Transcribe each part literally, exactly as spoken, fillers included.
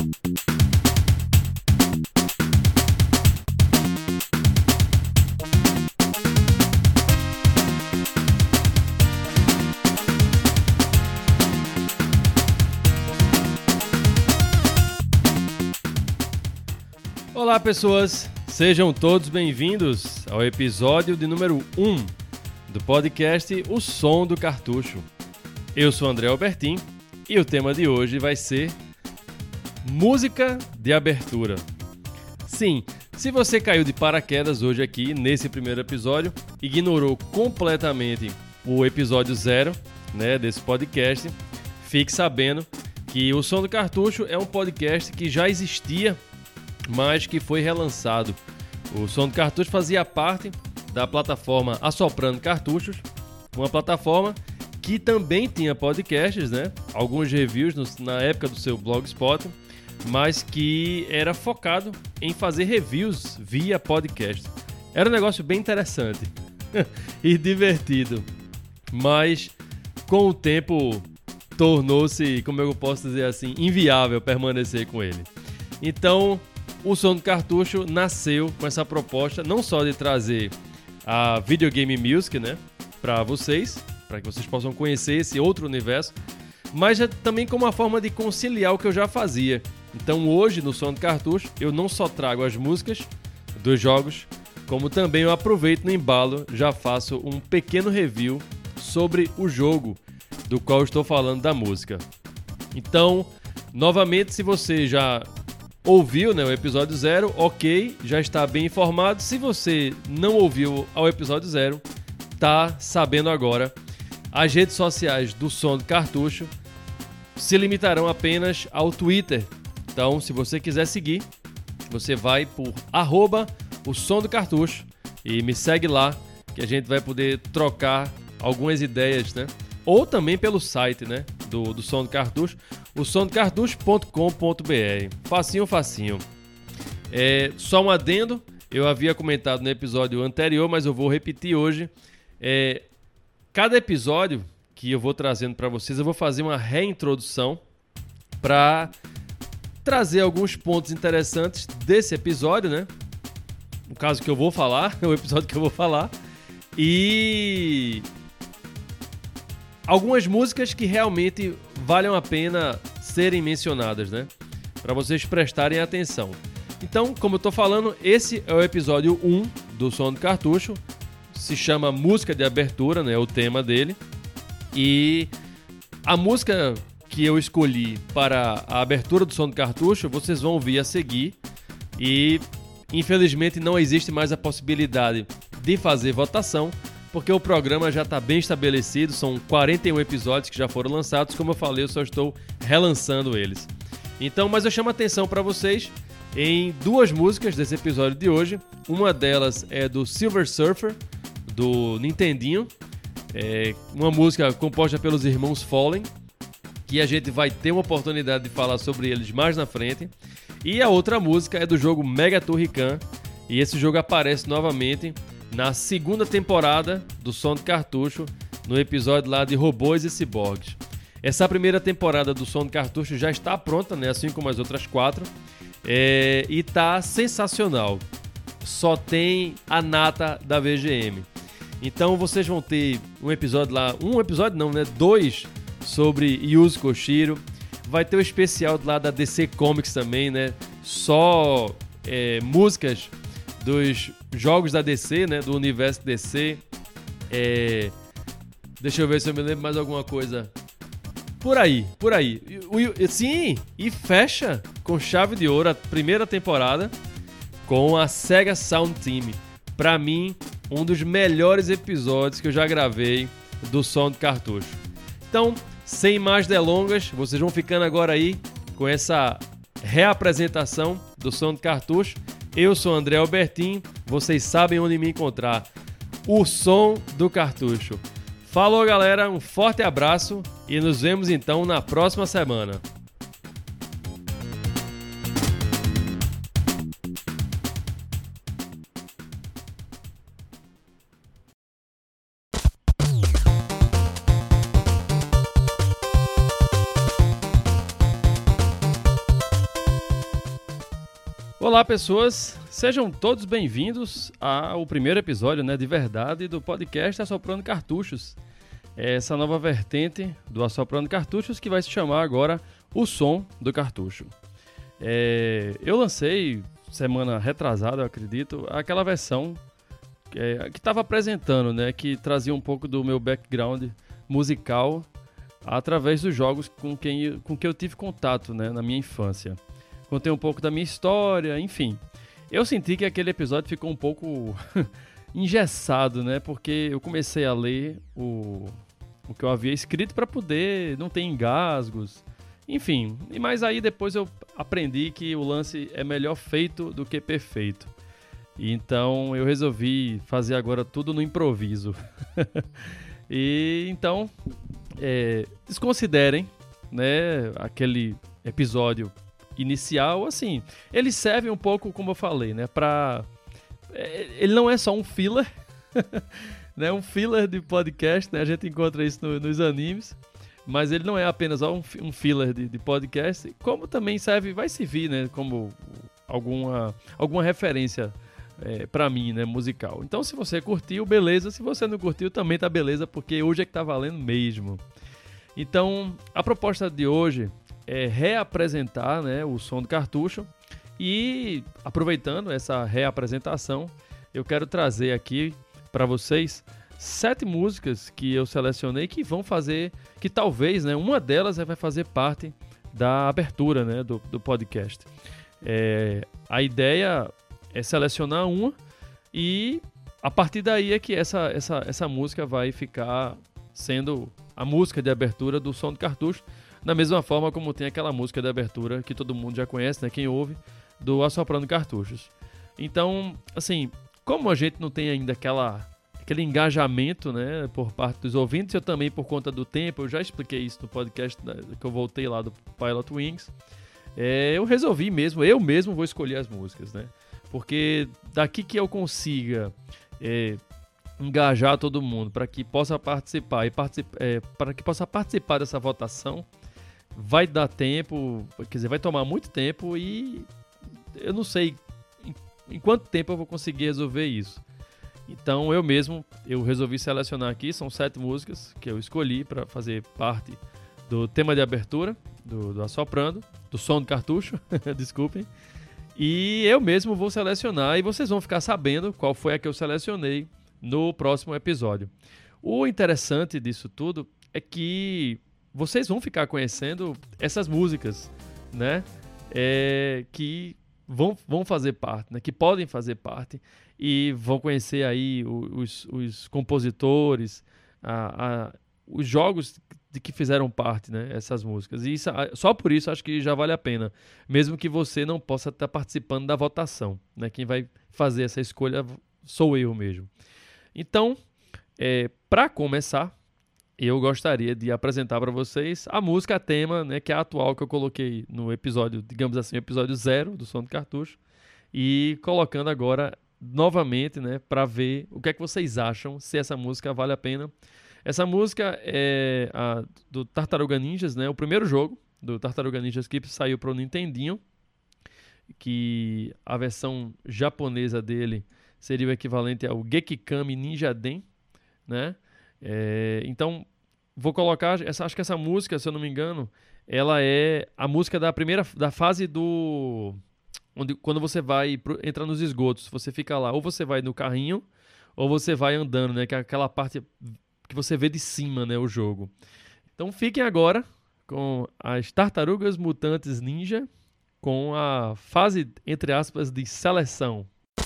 Olá pessoas, sejam todos bem-vindos ao episódio de número um do podcast O Som do Cartucho. Eu sou André Albertin e o tema de hoje vai ser música de abertura. Sim, se você caiu de paraquedas hoje aqui nesse primeiro episódio, ignorou completamente o episódio zero, né, desse podcast, fique sabendo que O Som do Cartucho é um podcast que já existia, mas que foi relançado. O Som do Cartucho fazia parte da plataforma Assoprando Cartuchos, uma plataforma que também tinha podcasts, né? Alguns reviews no, na época do seu Blogspot, mas que era focado em fazer reviews via podcast. Era um negócio bem interessante e divertido, mas com o tempo tornou-se, como eu posso dizer assim, inviável permanecer com ele. Então, o Som do Cartucho nasceu com essa proposta, não só de trazer a videogame music, né, para vocês, para que vocês possam conhecer esse outro universo, mas também como uma forma de conciliar o que eu já fazia. Então hoje no Som do Cartucho eu não só trago as músicas dos jogos, como também eu aproveito no embalo, já faço um pequeno review sobre o jogo do qual eu estou falando da música. Então, novamente, se você já ouviu, né, o episódio zero, ok, já está bem informado. Se você não ouviu ao episódio zero, tá sabendo agora. As redes sociais do Som do Cartucho se limitarão apenas ao Twitter. Então, se você quiser seguir, você vai por arroba o Som do Cartucho e me segue lá, que a gente vai poder trocar algumas ideias, né? Ou também pelo site, né, do, do Som do Cartucho, o som do cartucho ponto com ponto b r. Facinho, facinho. É, só um adendo, eu havia comentado no episódio anterior, mas eu vou repetir hoje. É, cada episódio que eu vou trazendo para vocês, eu vou fazer uma reintrodução para trazer alguns pontos interessantes desse episódio, né? No caso que eu vou falar, é o episódio que eu vou falar. E algumas músicas que realmente valham a pena serem mencionadas, né? Para vocês prestarem atenção. Então, como eu tô falando, esse é o episódio um do Som do Cartucho. Se chama Música de Abertura, né? É o tema dele. E a música que eu escolhi para a abertura do Som do Cartucho, vocês vão ouvir a seguir. E, infelizmente, não existe mais a possibilidade de fazer votação, porque o programa já está bem estabelecido, são quarenta e um episódios que já foram lançados, como eu falei, eu só estou relançando eles. Então, mas eu chamo a atenção para vocês em duas músicas desse episódio de hoje. Uma delas é do Silver Surfer, do Nintendinho, é uma música composta pelos irmãos Fallen, que a gente vai ter uma oportunidade de falar sobre eles mais na frente. E a outra música é do jogo Mega Turrican, e esse jogo aparece novamente na segunda temporada do Som do Cartucho, no episódio lá de Robôs e Ciborgues. Essa primeira temporada do Som do Cartucho já está pronta, né, assim como as outras quatro, é, e tá sensacional. Só tem a nata da V G M. Então vocês vão ter um episódio lá, um episódio não, né, dois sobre Yuzo Koshiro. Vai ter o especial lá da D C Comics também, né, só é, músicas dos jogos da D C, né, do universo D C. É... Deixa eu ver se eu me lembro mais alguma coisa. Por aí, por aí. E, sim, e fecha com chave de ouro a primeira temporada com a Sega Sound Team. Pra mim, um dos melhores episódios que eu já gravei do Som do Cartucho. Então, sem mais delongas, vocês vão ficando agora aí com essa reapresentação do Som do Cartucho. Eu sou André Albertin, vocês sabem onde me encontrar. O Som do Cartucho. Falou, galera, um forte abraço e nos vemos então na próxima semana. Olá, pessoas! Sejam todos bem-vindos ao primeiro episódio, né, de verdade do podcast Assoprando Cartuchos. Essa nova vertente do Assoprando Cartuchos que vai se chamar agora O Som do Cartucho. É, eu lancei, semana retrasada, eu acredito, aquela versão é, que estava apresentando, né, que trazia um pouco do meu background musical através dos jogos com quem com que eu tive contato, né, na minha infância. Contei um pouco da minha história, enfim. Eu senti que aquele episódio ficou um pouco engessado, né? Porque eu comecei a ler o, o que eu havia escrito para poder não ter engasgos. Enfim, mas aí depois eu aprendi que o lance é melhor feito do que perfeito. Então eu resolvi fazer agora tudo no improviso. E então, é, desconsiderem, né, aquele episódio inicial, assim, ele serve um pouco, como eu falei, né, pra... Ele não é só um filler, né, um filler de podcast, né, a gente encontra isso no, nos animes, mas ele não é apenas um, um filler de, de podcast, como também serve, vai servir, né, como alguma, alguma referência é, pra mim, né, musical. Então, se você curtiu, beleza, se você não curtiu, também tá beleza, porque hoje é que tá valendo mesmo. Então, a proposta de hoje é reapresentar, né, o som do cartucho e, aproveitando essa reapresentação, eu quero trazer aqui para vocês sete músicas que eu selecionei que vão fazer, que talvez, né, uma delas vai fazer parte da abertura, né, do, do podcast. É, a ideia é selecionar uma e a partir daí é que essa, essa, essa música vai ficar sendo a música de abertura do som do cartucho, da mesma forma como tem aquela música de abertura que todo mundo já conhece, né? Quem ouve, do Assoprando Cartuchos. Então, assim, como a gente não tem ainda aquela, aquele engajamento, né, por parte dos ouvintes, eu também, por conta do tempo, eu já expliquei isso no podcast que eu voltei lá do Pilot Wings, é, eu resolvi mesmo, eu mesmo vou escolher as músicas, né? Porque daqui que eu consiga é, engajar todo mundo para que possa participar e particip, é, para que possa participar dessa votação, vai dar tempo, quer dizer, vai tomar muito tempo e eu não sei em, em quanto tempo eu vou conseguir resolver isso. Então eu mesmo, eu resolvi selecionar aqui, são sete músicas que eu escolhi para fazer parte do tema de abertura, do, do Assoprando, do som do cartucho, desculpem. E eu mesmo vou selecionar e vocês vão ficar sabendo qual foi a que eu selecionei no próximo episódio. O interessante disso tudo é que vocês vão ficar conhecendo essas músicas, né? É, que vão, vão fazer parte, né? Que podem fazer parte e vão conhecer aí os, os compositores, a, a, os jogos de que fizeram parte, né? Essas músicas. E isso, só por isso acho que já vale a pena, mesmo que você não possa estar participando da votação, né? Quem vai fazer essa escolha sou eu mesmo. Então, é, para começar, eu gostaria de apresentar para vocês a música tema, né, que é a atual que eu coloquei no episódio, digamos assim, episódio zero do Som do Cartucho, e colocando agora novamente, né, para ver o que é que vocês acham, se essa música vale a pena. Essa música é a do Tartaruga Ninjas, né, o primeiro jogo do Tartaruga Ninjas que saiu para o Nintendinho, que a versão japonesa dele seria o equivalente ao Gekikami Ninja Den, né? É, então, vou colocar, essa, acho que essa música, se eu não me engano, ela é a música da primeira, da fase do... Onde, quando você vai pro, entra nos esgotos, você fica lá, ou você vai no carrinho, ou você vai andando, né? Que é aquela parte que você vê de cima, né? O jogo. Então, fiquem agora com as Tartarugas Mutantes Ninja, com a fase, entre aspas, de seleção.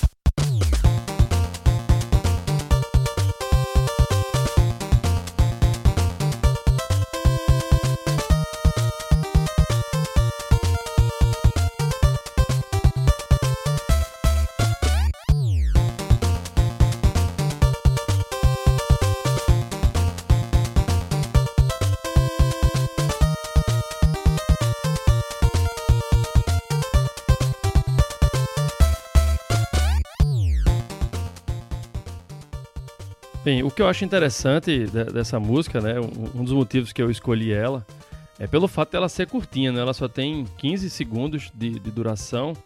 Bem, o que eu acho interessante de, dessa música, né, um, um dos motivos que eu escolhi ela, é pelo fato dela ser curtinha, né, ela só tem quinze segundos de, de duração,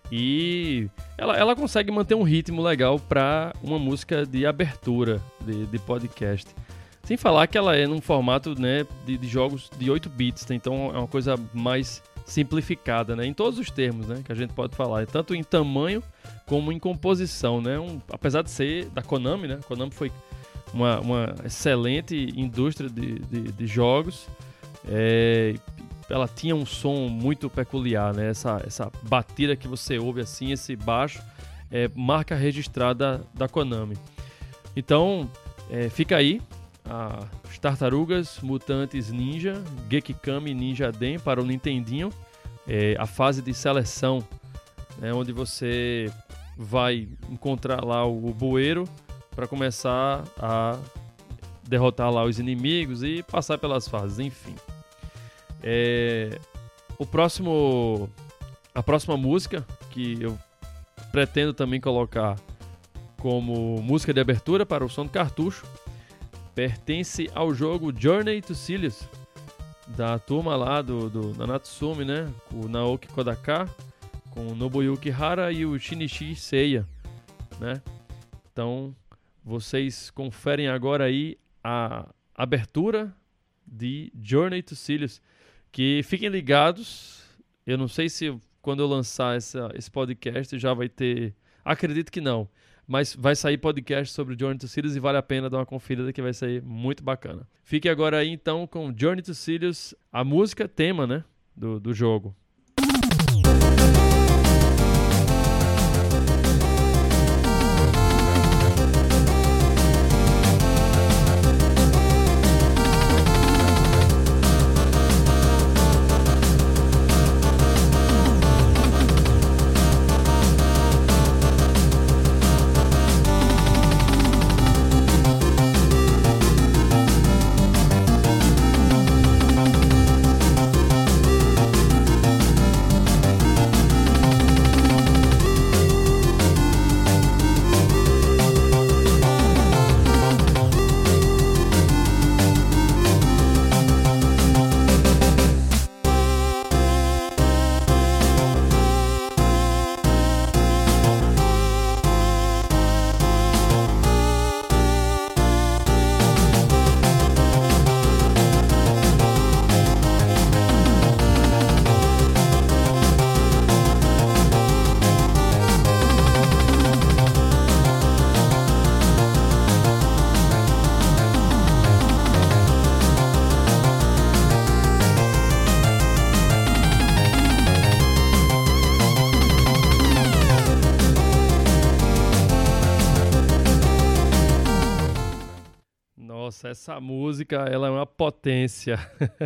E ela, ela consegue manter um ritmo legal para uma música de abertura de, de podcast. Sem falar que ela é num formato, né, de, de jogos de oito bits, né? Então é uma coisa mais simplificada, né, em todos os termos, né, que a gente pode falar, tanto em tamanho como em composição, né? Um, apesar de ser da Konami, né? A Konami foi uma, uma excelente indústria de, de, de jogos. É, ela tinha um som muito peculiar, né? Essa, essa batida que você ouve assim, esse baixo, é marca registrada da Konami. Então, é, fica aí a, as Tartarugas Mutantes Ninja Gekikami Ninja Den para o Nintendinho, é, a fase de seleção, né? Onde você vai encontrar lá o, o bueiro para começar a derrotar lá os inimigos e passar pelas fases, enfim. É, o próximo, a próxima música que eu pretendo também colocar como música de abertura para o som do cartucho pertence ao jogo Journey to Silius, da turma lá do, do da Natsume, né? O Naoki Kodaka, com o Nobuyuki Hara e o Shinichi Seiya, né? Então, vocês conferem agora aí a abertura de Journey to Silius, que fiquem ligados. Eu não sei se quando eu lançar essa, esse podcast já vai ter, acredito que não, mas vai sair podcast sobre Journey to Silius e vale a pena dar uma conferida que vai sair muito bacana. Fique agora aí então com Journey to Silius, a música tema, né, do, do jogo. Nossa, essa música, ela é uma potência.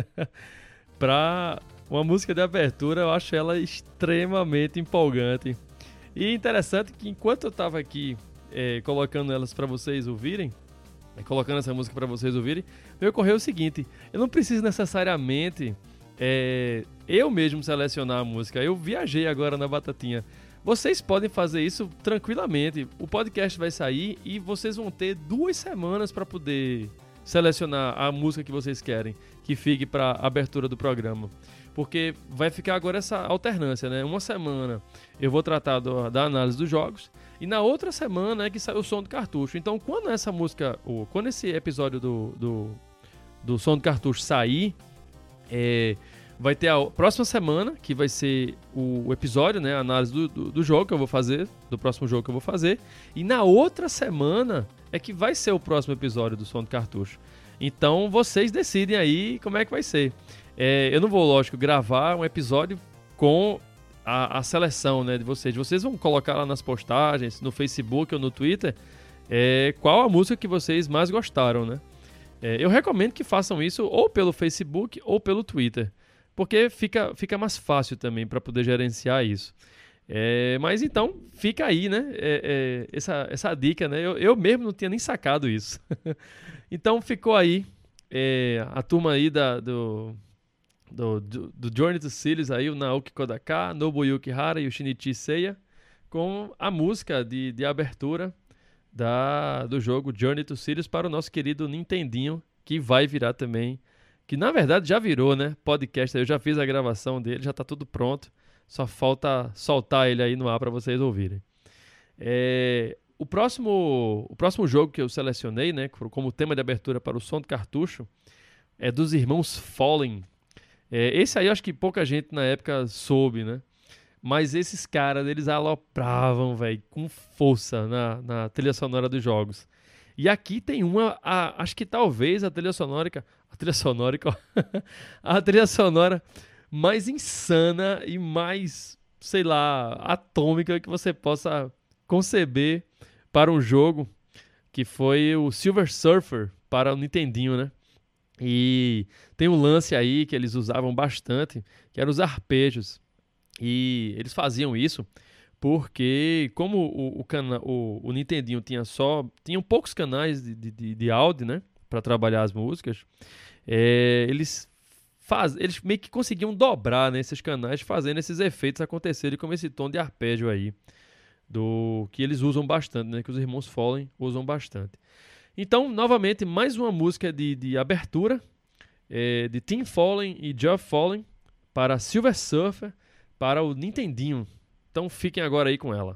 Para uma música de abertura, eu acho ela extremamente empolgante. E interessante que enquanto eu estava aqui é, colocando elas para vocês ouvirem, é, colocando essa música para vocês ouvirem, me ocorreu o seguinte: eu não preciso necessariamente é, eu mesmo selecionar a música. Eu viajei agora na Batatinha. Vocês podem fazer isso tranquilamente. O podcast vai sair e vocês vão ter duas semanas para poder selecionar a música que vocês querem que fique para a abertura do programa. Porque vai ficar agora essa alternância, né? Uma semana eu vou tratar do, da análise dos jogos e na outra semana é que sai o som do cartucho. Então, quando essa música, ou quando esse episódio do, do, do som do cartucho sair, é... vai ter a próxima semana, que vai ser o episódio, né, a análise do, do, do jogo que eu vou fazer, do próximo jogo que eu vou fazer. E na outra semana é que vai ser o próximo episódio do Som do Cartucho. Então vocês decidem aí como é que vai ser. É, eu não vou, lógico, gravar um episódio com a, a seleção, né, de vocês. Vocês vão colocar lá nas postagens, no Facebook ou no Twitter, é, qual a música que vocês mais gostaram, né? É, eu recomendo que façam isso ou pelo Facebook ou pelo Twitter, porque fica, fica mais fácil também para poder gerenciar isso. É, mas então, fica aí, né? É, é, essa, essa dica, né? Eu, eu mesmo não tinha nem sacado isso. Então, ficou aí é, a turma aí da, do, do, do, do Journey to Silius, aí, o Naoki Kodaka, Nobuyuki Hara e o Shinichi Seiya, com a música de, de abertura da, do jogo Journey to Silius para o nosso querido Nintendinho, que vai virar também, que na verdade já virou, né? Podcast, eu já fiz a gravação dele, já tá tudo pronto. Só falta soltar ele aí no ar para vocês ouvirem. É, o, próximo, o próximo jogo que eu selecionei, né, como tema de abertura para o som do cartucho, é dos irmãos Fallen. É, esse aí eu acho que pouca gente na época soube, né? Mas esses caras, eles alopravam, velho, com força na, na trilha sonora dos jogos. E aqui tem uma, a, acho que talvez a trilha sonora, a trilha sonora, a trilha sonora mais insana e mais, sei lá, atômica que você possa conceber para um jogo, que foi o Silver Surfer para o Nintendinho, né? E tem um lance aí que eles usavam bastante, que eram os arpejos. E eles faziam isso porque, como o, o, cana- o, o Nintendinho tinha só tinham poucos canais de, de, de áudio, né, para trabalhar as músicas, é, eles, faz, eles meio que conseguiam dobrar, né, esses canais, fazendo esses efeitos acontecerem, como esse tom de arpejio aí, do, que eles usam bastante, né, que os irmãos Fallen usam bastante. Então, novamente, mais uma música de, de abertura, é, de Tim Fallen e Geoff Fallen para Silver Surfer, para o Nintendinho. Então fiquem agora aí com ela.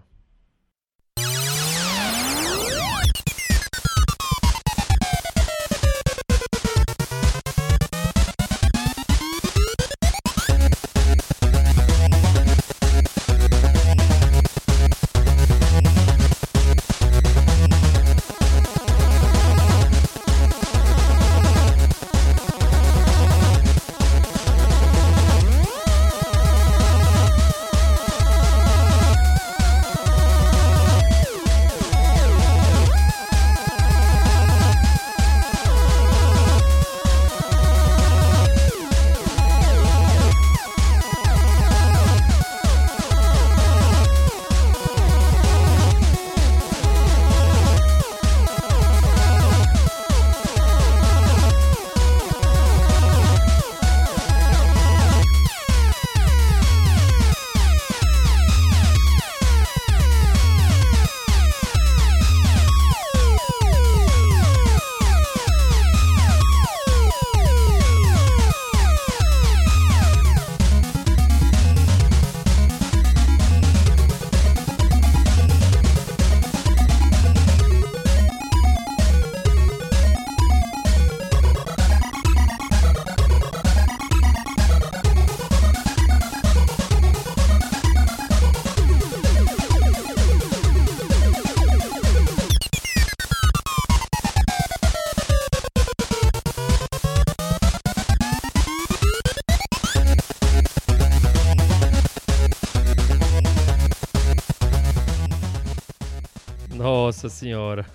Nossa senhora.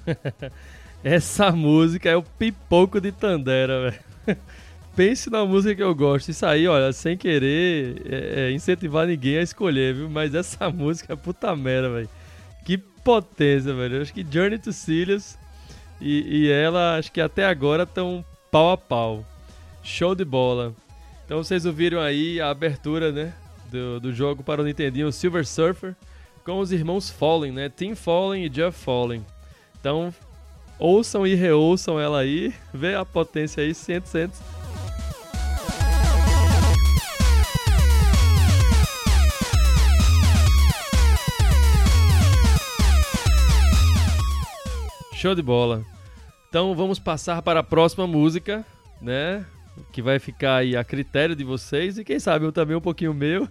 Essa música é o pipoco de Tandera, velho. Pense na música que eu gosto. Isso aí, olha, sem querer é, é incentivar ninguém a escolher, viu? Mas essa música é puta merda, velho. Que potência, velho. Eu acho que Journey to Sirius e, e ela, acho que até agora estão pau a pau. Show de bola. Então vocês ouviram aí a abertura, né, do, do jogo para o Nintendinho Silver Surfer com os irmãos Fallen, né? Tim Fallen e Geoff Fallen. Então, ouçam e reouçam ela aí. Vê a potência aí, cem, cem. Show de bola. Então vamos passar para a próxima música, né? Que vai ficar aí a critério de vocês e quem sabe eu também um pouquinho meu.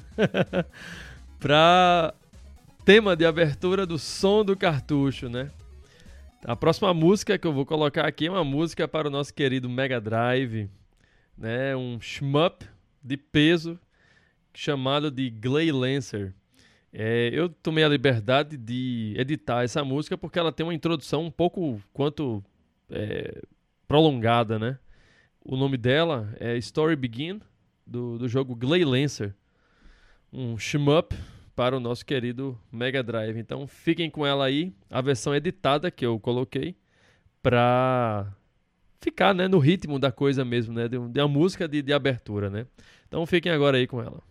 Para tema de abertura do som do cartucho, né? A próxima música que eu vou colocar aqui é uma música para o nosso querido Mega Drive, né? Um shmup de peso chamado de Gley Lancer. É, eu tomei a liberdade de editar essa música porque ela tem uma introdução um pouco quanto é, prolongada, né? O nome dela é Story Begin, do, do jogo Gley Lancer, um shmup para o nosso querido Mega Drive. Então fiquem com ela aí, a versão editada que eu coloquei para ficar, né, no ritmo da coisa mesmo, né? De, de uma música de, de abertura, né? Então fiquem agora aí com ela.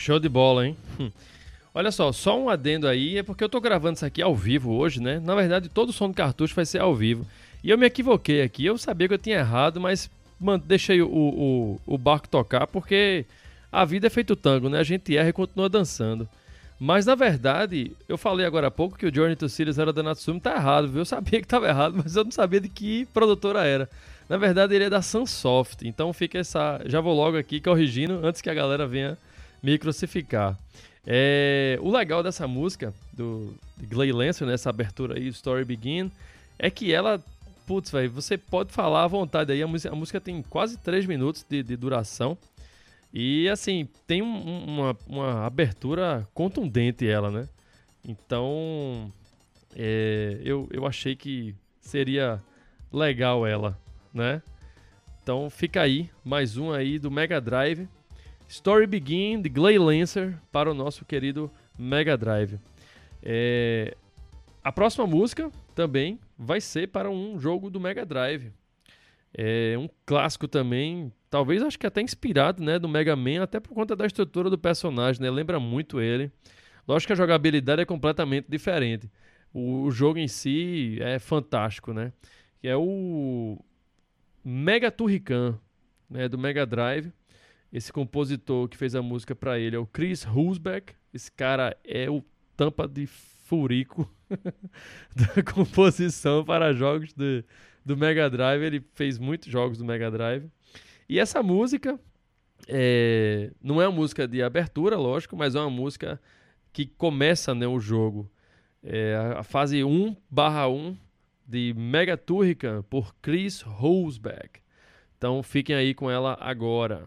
Show de bola, hein? Hum. Olha só, só um adendo aí, é porque eu tô gravando isso aqui ao vivo hoje, né? Na verdade, todo o som do cartucho vai ser ao vivo. E eu me equivoquei aqui, eu sabia que eu tinha errado, mas mano, deixei o, o, o barco tocar, porque a vida é feito tango, né? A gente erra e continua dançando. Mas, na verdade, eu falei agora há pouco que o Journey to Sirius era da Natsume, tá errado, viu? Eu sabia que tava errado, mas eu não sabia de que produtora era. Na verdade, ele é da Sunsoft, então fica essa... Já vou logo aqui corrigindo, antes que a galera venha me crucificar. É... O legal dessa música, do de Gley Lancer, nessa abertura aí, Story Begin, é que ela... Putz, velho, você pode falar à vontade aí, a música, a música tem quase três minutos de, de duração. E, assim, tem um, uma, uma abertura contundente ela, né? Então, é, eu, eu achei que seria legal ela, né? Então, fica aí, mais um aí do Mega Drive. Story Begin, de Gley Lancer, para o nosso querido Mega Drive. É, a próxima música também vai ser para um jogo do Mega Drive. É um clássico também, talvez acho que até inspirado, né, do Mega Man, até por conta da estrutura do personagem, né, lembra muito ele. Lógico que a jogabilidade é completamente diferente. O, o jogo em si é fantástico, né, que é o Mega Turrican, né, do Mega Drive. Esse compositor que fez a música para ele é o Chris Hulsbeck. Esse cara é o tampa de furico da composição para jogos de do Mega Drive. Ele fez muitos jogos do Mega Drive. E essa música é, não é uma música de abertura, lógico, mas é uma música que começa, né, o jogo. É a fase um barra um de Mega Turrican por Chris Hulsbeck. Então fiquem aí com ela agora.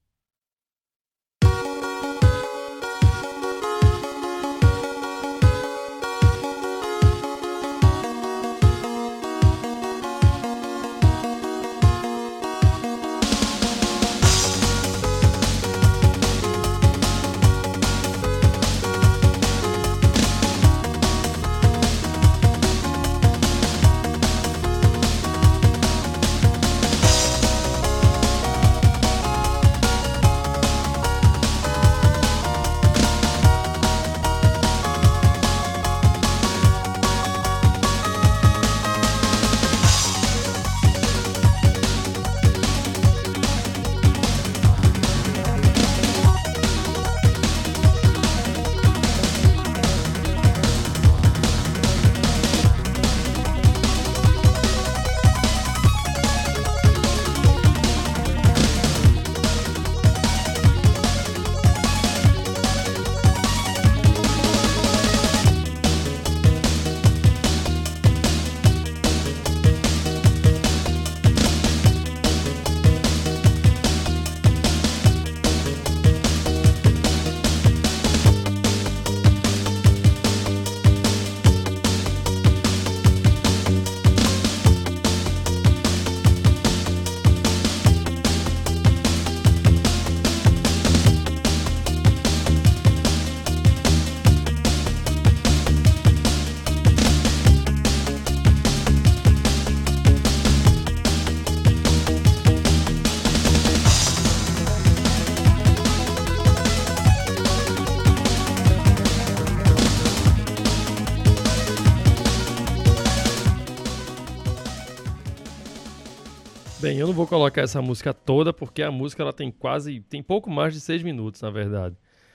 Bem, eu não vou colocar essa música toda, porque a música ela tem quase, tem pouco mais de seis minutos, na verdade.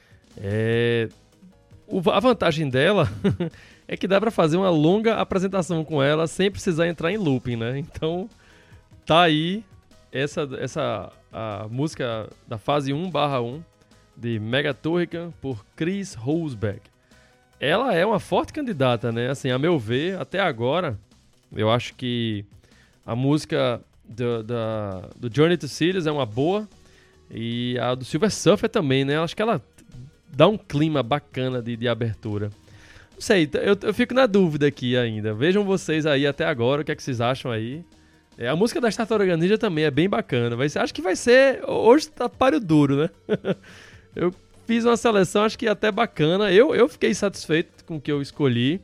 É... O, a vantagem dela é que dá pra fazer uma longa apresentação com ela sem precisar entrar em looping, né? Então, tá aí essa, essa a música da fase um barra um de Mega Turrican por Chris Hulsbeck. Ela é uma forte candidata, né? Assim, a meu ver, até agora, eu acho que a música do, da, do Journey to Sirius é uma boa, e a do Silver Surfer também, né? Acho que ela dá um clima bacana de, de abertura. Não sei, eu, eu fico na dúvida aqui ainda. Vejam vocês aí até agora, o que é que vocês acham aí. É, a música da Tartaruga Ninja também é bem bacana. Vai ser, acho que vai ser... Hoje tá páreo duro, né? Eu fiz uma seleção, acho que até bacana. Eu, eu fiquei satisfeito com o que eu escolhi.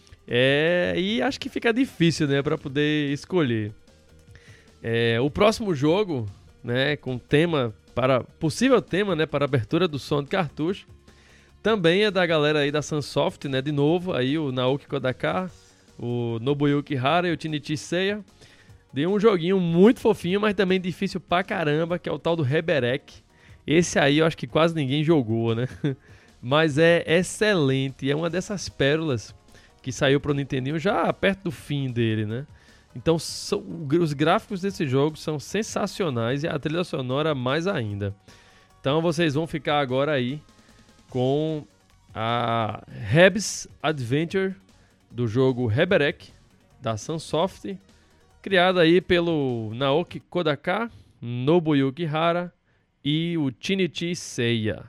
É, e acho que fica difícil, né, para poder escolher. É, o próximo jogo, né, com tema para possível tema, né, para a abertura do som de cartucho. Também é da galera aí da Sunsoft, né, de novo, aí o Naoki Kodaka, o Nobuyuki Hara e o Shinichi Seiya. De um joguinho muito fofinho, mas também difícil pra caramba, que é o tal do Reberek. Esse aí eu acho que quase ninguém jogou, né? Mas é excelente, é uma dessas pérolas que saiu pro Nintendinho já perto do fim dele, né? Então são, os gráficos desse jogo são sensacionais e a trilha sonora mais ainda. Então vocês vão ficar agora aí com a Reb's Adventure do jogo Reberek, da Sunsoft, criada aí pelo Naoki Kodaka, Nobuyuki Hara e o Shinichi Seiya.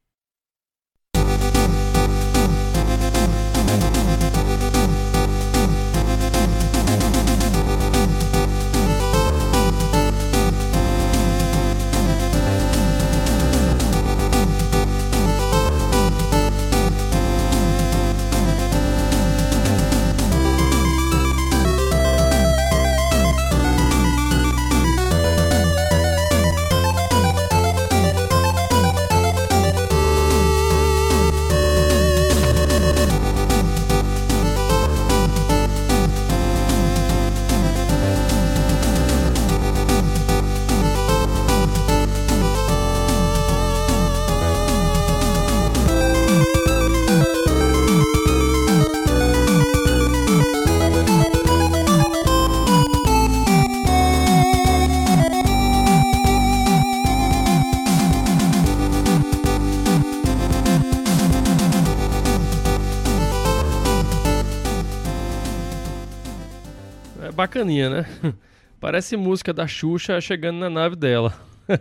Bacaninha, né? Parece música da Xuxa chegando na nave dela.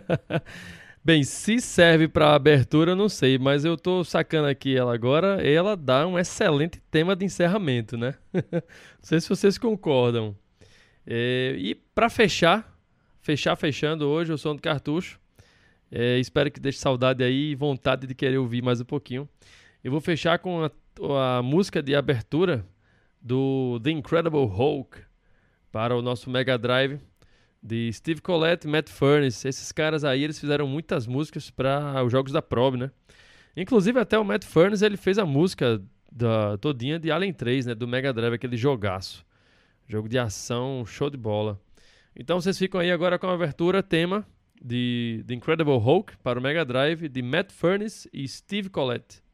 Bem, se serve para abertura, eu não sei, mas eu tô sacando aqui ela agora, ela dá um excelente tema de encerramento, né? Não sei se vocês concordam. É, e para fechar, fechar fechando hoje o som do cartucho, é, espero que deixe saudade aí e vontade de querer ouvir mais um pouquinho. Eu vou fechar com a, a música de abertura do The Incredible Hulk, para o nosso Mega Drive, de Steve Collette e Matt Furniss. Esses caras aí, eles fizeram muitas músicas para os jogos da Probe, né? Inclusive até o Matt Furniss, ele fez a música da, todinha de Alien três, né? Do Mega Drive, aquele jogaço. Jogo de ação, show de bola. Então vocês ficam aí agora com a abertura, tema de The Incredible Hulk para o Mega Drive, de Matt Furniss e Steve Collette.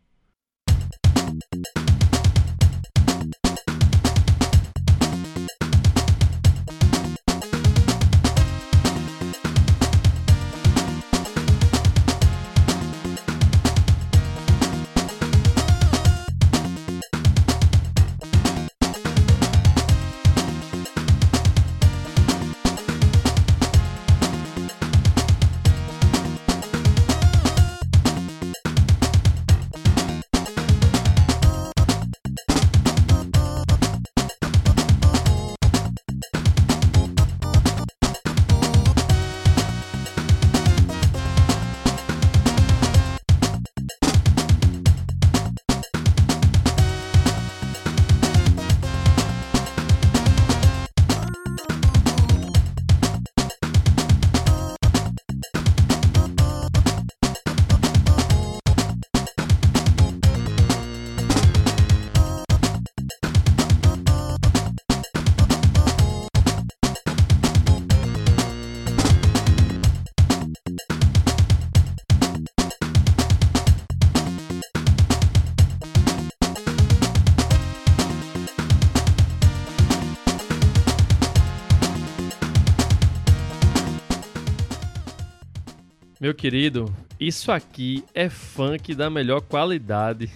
Meu querido, isso aqui é funk da melhor qualidade.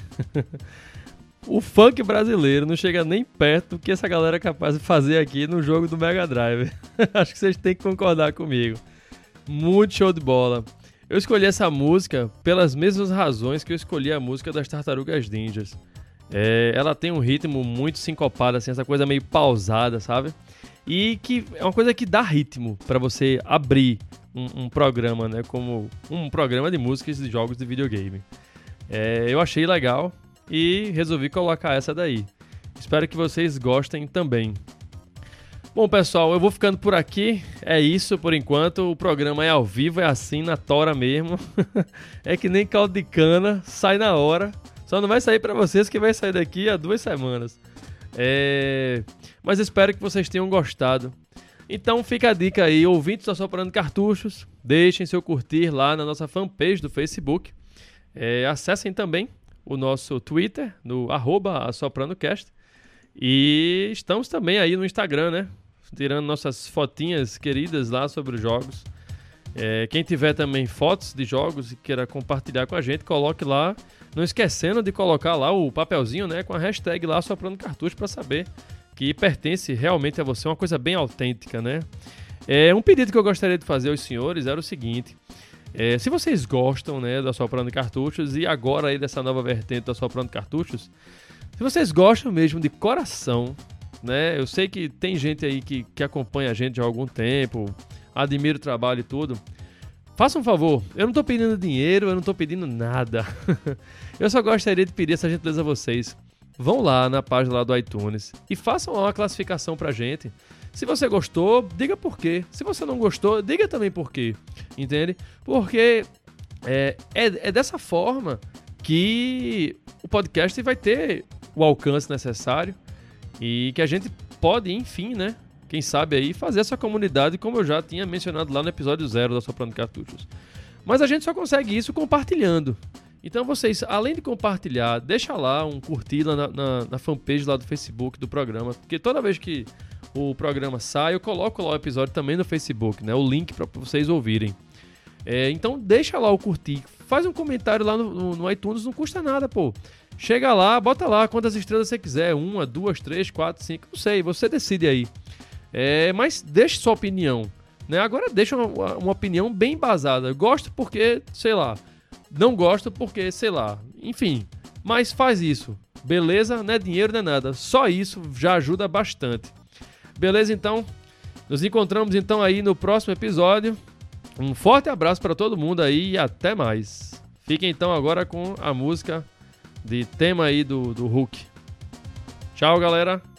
O funk brasileiro não chega nem perto do que essa galera é capaz de fazer aqui no jogo do Mega Drive. Acho que vocês têm que concordar comigo. Muito show de bola. Eu escolhi essa música pelas mesmas razões que eu escolhi a música das Tartarugas Ninjas. É, ela tem um ritmo muito sincopado, assim, essa coisa meio pausada, sabe? E que é uma coisa que dá ritmo para você abrir um, um programa, né? Como um programa de músicas de jogos de videogame. É, eu achei legal e resolvi colocar essa daí. Espero que vocês gostem também. Bom, pessoal, eu vou ficando por aqui. É isso por enquanto. O programa é ao vivo, é assim, na tora mesmo. É que nem caldo de cana, sai na hora. Só não vai sair para vocês, que vai sair daqui a duas semanas. É... Mas espero que vocês tenham gostado. Então fica a dica aí, ouvintes do Assoprando Cartuchos, deixem seu curtir lá na nossa fanpage do Facebook. É, acessem também o nosso Twitter, no arroba AssopranoCast. E estamos também aí no Instagram, né? Tirando nossas fotinhas queridas lá sobre os jogos. É, quem tiver também fotos de jogos e queira compartilhar com a gente, coloque lá. Não esquecendo de colocar lá o papelzinho, né? Com a hashtag lá Assoprando Cartucho para saber que pertence realmente a você. Uma coisa bem autêntica, né? É, um pedido que eu gostaria de fazer aos senhores era o seguinte. É, se vocês gostam, né, do Assoprando Cartuchos e agora aí dessa nova vertente do Assoprando Cartuchos, se vocês gostam mesmo de coração, né? Eu sei que tem gente aí que, que acompanha a gente há algum tempo, admira o trabalho e tudo. Faça um favor, eu não tô pedindo dinheiro, eu não tô pedindo nada. Eu só gostaria de pedir essa gentileza a vocês. Vão lá na página lá do iTunes e façam lá uma classificação pra gente. Se você gostou, diga por quê. Se você não gostou, diga também por quê. Entende? Porque é, é, é dessa forma que o podcast vai ter o alcance necessário e que a gente pode, enfim, né? Quem sabe aí fazer essa comunidade, como eu já tinha mencionado lá no episódio zero da Assoprando Cartuchos. Mas a gente só consegue isso compartilhando. Então vocês, além de compartilhar, deixa lá um curtir lá na, na, na fanpage lá do Facebook do programa, porque toda vez que o programa sai, eu coloco lá o episódio também no Facebook, né? O link para vocês ouvirem. É, então deixa lá o curtir, faz um comentário lá no, no, no iTunes, não custa nada, pô. Chega lá, bota lá quantas estrelas você quiser, uma, duas, três, quatro, cinco, não sei, você decide aí. É, mas deixe sua opinião, né? Agora deixa uma, uma opinião bem embasada. Gosto porque, sei lá, não gosto porque, sei lá, enfim. Mas faz isso, beleza? Não é dinheiro, não é nada. Só isso já ajuda bastante. Beleza, então? Nos encontramos então aí no próximo episódio. Um forte abraço para todo mundo aí e até mais. Fiquem então agora com a música de tema aí do, do Hulk. Tchau, galera!